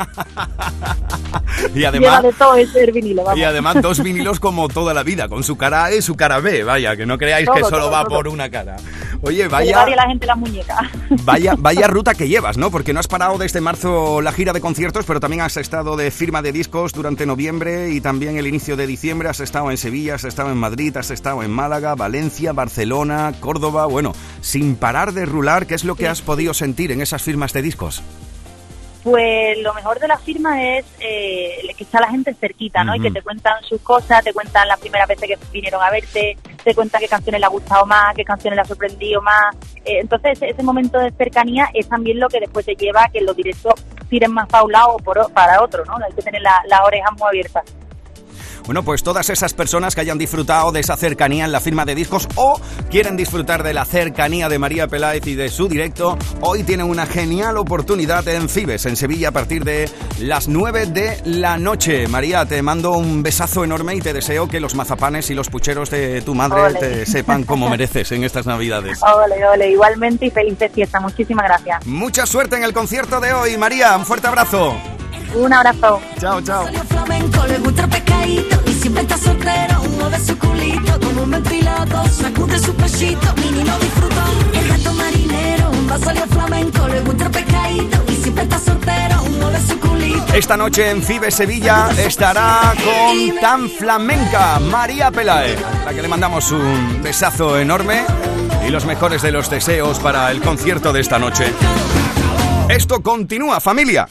Y Lleva además, de todo ese el vinilo, vamos. y además dos vinilos como toda la vida, con su cara A y su cara B, vaya, que no creáis Todo, que solo todo, va todo. por una cara. Oye, Que le vaya, varía a la gente las muñecas. vaya, vaya ruta que llevas, ¿no? Porque no has parado desde marzo la gira de conciertos, pero también has estado de firma de discos durante noviembre y también el inicio de diciembre. Has estado en Sevilla, has estado en Madrid, has estado en Málaga, Valencia, Barcelona, Córdoba, bueno, sin parar de rular. ¿Qué es lo que has podido sentir en esas firmas de discos? Pues lo mejor de la firma es eh, que está la gente cerquita, ¿no? Ujú. Y que te cuentan sus cosas, te cuentan las primeras veces que vinieron a verte, te cuentan qué canciones les ha gustado más, qué canciones les ha sorprendido más. Eh, entonces ese, ese momento de cercanía es también lo que después te lleva a que los directos tiren más para un lado o por, o- para otro, ¿no? Hay que tener la- las orejas muy abiertas. Bueno, pues todas esas personas que hayan disfrutado de esa cercanía en la firma de discos o quieren disfrutar de la cercanía de María Peláez y de su directo, hoy tienen una genial oportunidad en Fibes, en Sevilla, a partir de las nueve de la noche. María, te mando un besazo enorme y te deseo que los mazapanes y los pucheros de tu madre Ole. te sepan como mereces en estas Navidades. Ole, ole, igualmente y felices fiestas. Muchísimas gracias. Mucha suerte en el concierto de hoy, María. Un fuerte abrazo. Un abrazo. Chao, chao. Flamenco, le gusta el pescadito y siempre está soltero, mueve su culito como un ventilador, sacude su pechito, mini no disfrutó. El gato marinero, va a salir flamenco, le gusta el pescadito y siempre está soltero, mueve su culito. Esta noche en Fibes Sevilla estará con tan flamenca María Peláez, a la que le mandamos un besazo enorme y los mejores de los deseos para el concierto de esta noche. Esto continúa, familia.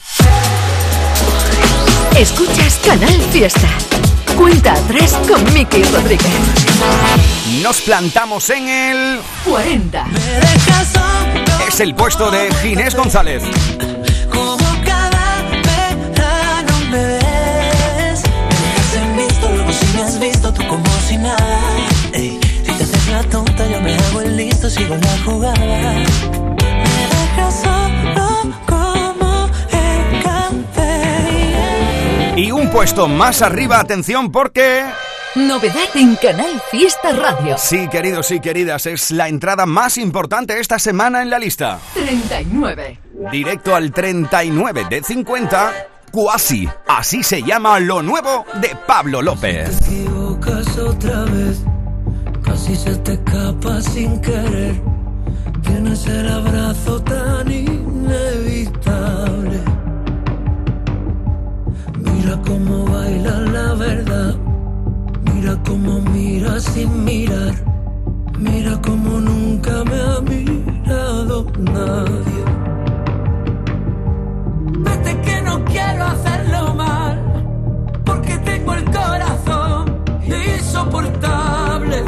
Escuchas Canal Fiesta. Cuenta atrás con Miki Rodríguez. Nos plantamos en el cuarenta. Es el puesto de Ginés González. Como cada verano me ves, me dejas en visto, luego si me has visto, tú como si nada. Ey, si te haces la tonta, yo me hago el listo, sigo la jugada. Me dejas solo como encanté. Y un puesto más arriba, atención, porque... Novedad en Canal Fiesta Radio. Sí, queridos y queridas, es la entrada más importante esta semana en la lista. treinta y nueve. Directo al treinta y nueve de cincuenta, Cuasi. Así se llama lo nuevo de Pablo López. Te equivocas otra vez, casi se te escapa sin querer. Tienes el abrazo tan inevitable. Mira cómo baila la verdad. Mira cómo mira sin mirar. Mira cómo nunca me ha mirado nadie. Vete que no quiero hacerlo mal, porque tengo el corazón insoportable.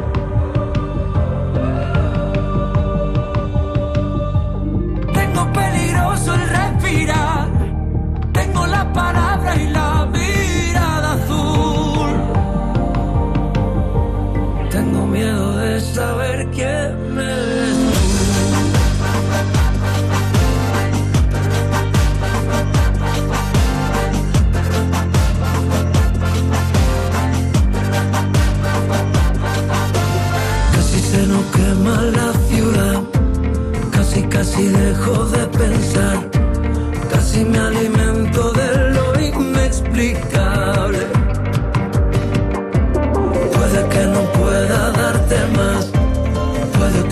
Tengo peligroso el respirar. Tengo la palabra y la mirada azul. Tengo miedo de saber quién eres tú. Casi se nos quema la ciudad. Casi, casi dejo de pensar. Casi me alimento de lo inexplicable. Puede que no pueda darte más, puede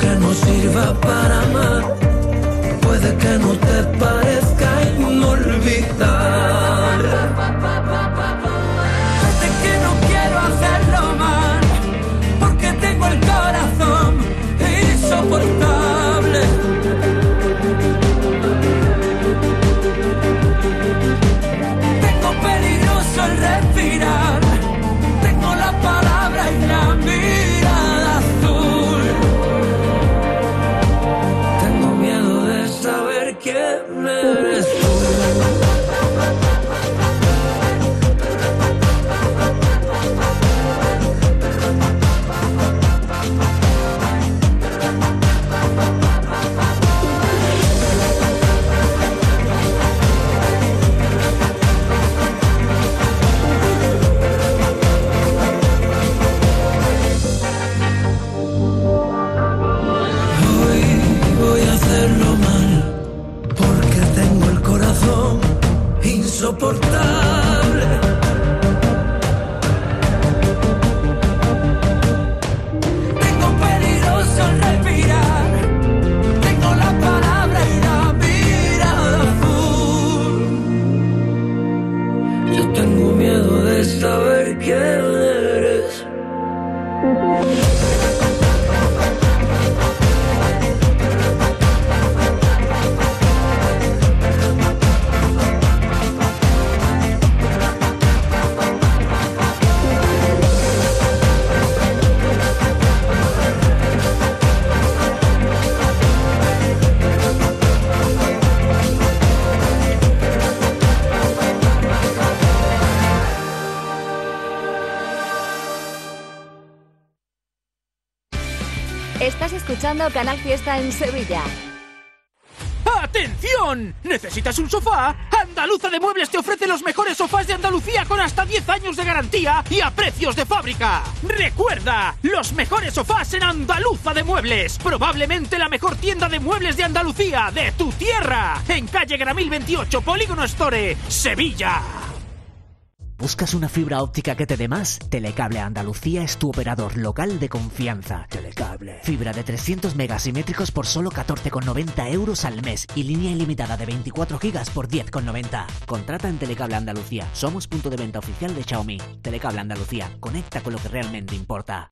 Estás escuchando Canal Fiesta en Sevilla. ¡Atención! ¿Necesitas un sofá? Andaluza de Muebles te ofrece los mejores sofás de Andalucía con hasta diez años de garantía y a precios de fábrica. ¡Recuerda! Los mejores sofás en Andaluza de Muebles. Probablemente la mejor tienda de muebles de Andalucía, de tu tierra. En calle Gramil veintiocho, Polígono Store, Sevilla. ¿Buscas una fibra óptica que te dé más? Telecable Andalucía es tu operador local de confianza. Telecable. Fibra de trescientos megasimétricos por solo catorce con noventa euros al mes y línea ilimitada de veinticuatro gigas por diez con noventa. Contrata en Telecable Andalucía. Somos punto de venta oficial de Xiaomi. Telecable Andalucía. Conecta con lo que realmente importa.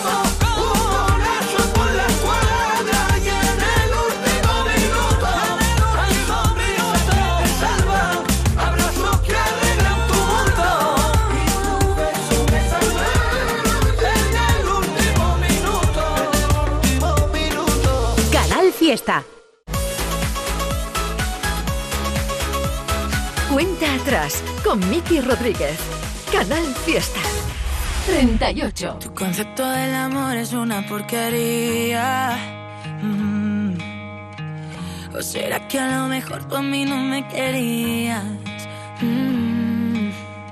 Fiesta. Cuenta atrás con Miki Rodríguez. Canal Fiesta. treinta y ocho. Tu concepto del amor es una porquería. Mm. ¿O será que a lo mejor tú a mí no me querías? Mm.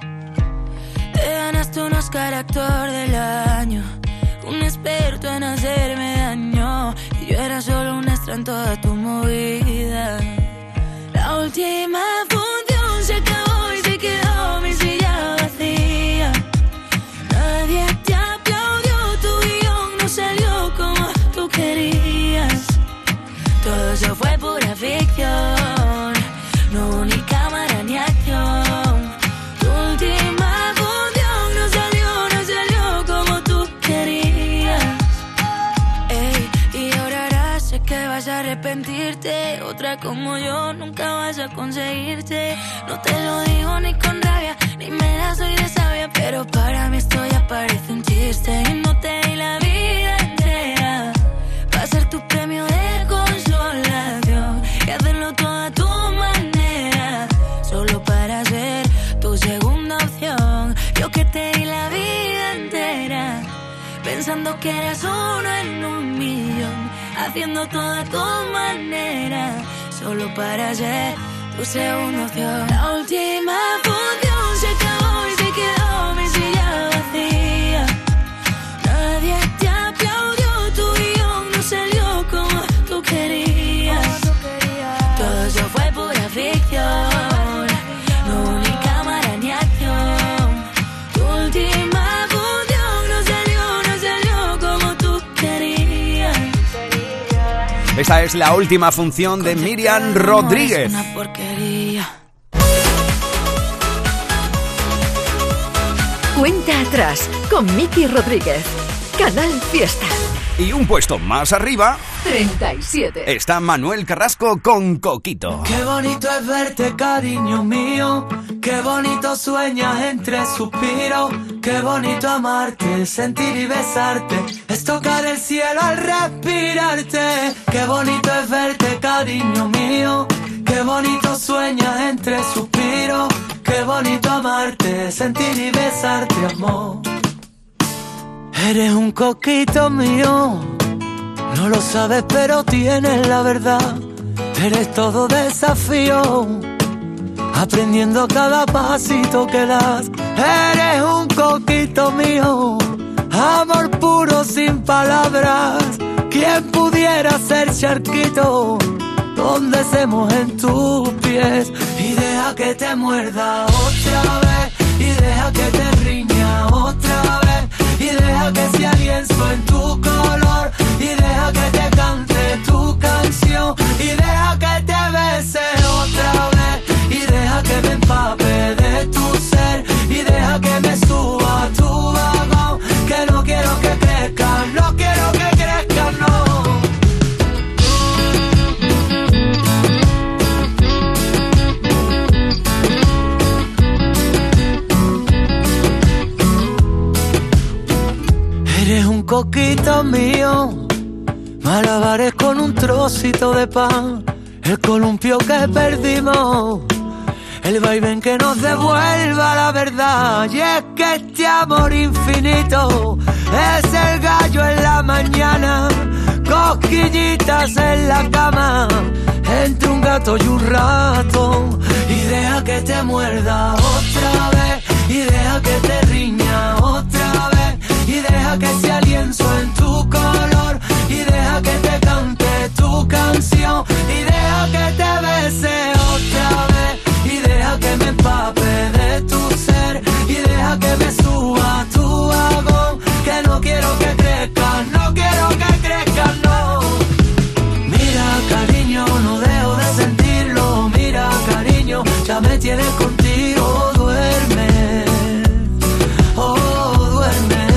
Te ganaste un Oscar actor del año, un experto en hacerme daño, y yo era solo un extra en toda tu movida. La última función se acabó y se quedó mi silla vacía. Nadie te aplaudió, tu guión no salió como tú querías. Todo eso fue pura ficción, no hubo ni cámara ni acción. Tu última función no salió, no salió como tú querías. Ey, y ahora sé que vas a arrepentirte. Otra como yo nunca vas a conseguirte. No te lo digo ni con rabia, ni me la soy de sabia, pero para mí esto ya parece un chiste. Y no te di la vida entera va a ser tu premio de consolación y hacerlo todo a tu manera, solo para ser tu segunda opción. Yo que te di la vida entera pensando que eras uno en un millón, haciendo todo a tu manera, solo para ser tu segunda opción. La última función se acabó y se quedó mi silla vacía. Nadie te aplaudió, tu guión no salió como tú querías. Todo eso fue pura ficción, no hubo ni cámara ni acción. Tu última función no salió, no salió como tú querías. Esta es la última función de Miriam Rodríguez. Una porquería. Cuenta atrás con Miki Rodríguez. Canal Fiesta. Y un puesto más arriba treinta y siete. está Manuel Carrasco con Coquito. Qué bonito es verte, cariño mío. Qué bonito sueñas entre suspiros. Qué bonito amarte, sentir y besarte. Es tocar el cielo al respirarte. Qué bonito es verte, cariño mío. Qué bonito sueñas entre suspiros. Qué bonito amarte, sentir y besarte, amor. Eres un coquito mío, no lo sabes pero tienes la verdad. Eres todo desafío, aprendiendo cada pasito que das. Eres un coquito mío, amor puro sin palabras. ¿Quién pudiera ser charquito donde se mojen tus pies? Y deja que te muerda otra vez, y deja que te riña otra vez, y deja que sea lienzo en tu color, y deja que te cante tu canción, y deja que te bese otra vez, y deja que me empape de tu ser, y deja que me suba a tu vagón, que no quiero que crezca, no quiero que crezca, no. Eres un coquito mío, malabares con un trocito de pan, el columpio que perdimos, el vaivén que nos devuelva la verdad. Y es que este amor infinito es el gallo en la mañana, estrellitas en la cama, entre un gato y un rato, y deja que te muerda otra vez, y deja que te riña otra vez, y deja que sea lienzo en tu color, y deja que te cante tu canción, y deja que te bese otra vez, y deja que me empape de tu ser, y deja que me suba a tu vagón, que no quiero que crezcas, no quiero que crezcas, no. Mira, cariño, no dejo de sentirlo, mira, cariño, ya me tienes contigo, duerme, oh, duerme.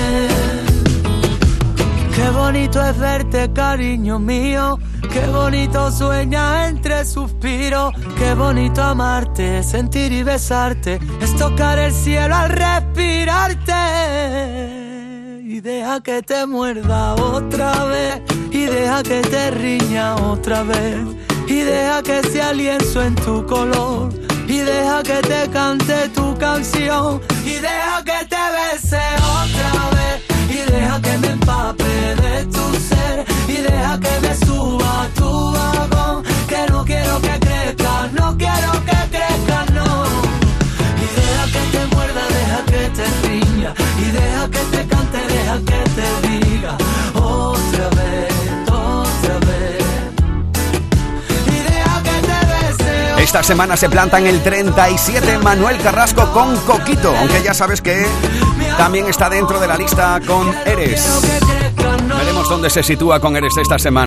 Qué bonito es verte, cariño mío, qué bonito sueña entre suspiros, qué bonito amarte, sentir y besarte, es tocar el cielo al respirarte. Y deja que te muerda otra vez, y deja que te riña otra vez, y deja que sea lienzo en tu color, y deja que te cante tu canción, y deja que te bese otra vez, y deja que me empape de tu ser, y deja que me suba a tu vagón, que no quiero que crezcas, no quiero que crezcas, no. Y deja que te muerda, deja que te riña, y deja que te cante, deja que te diga otra vez, otra vez, y deja que te bese. Esta semana se planta en el treinta y siete Manuel Carrasco con Coquito, aunque ya sabes que también está dentro de la lista con Eres. Veremos dónde se sitúa con Eres esta semana.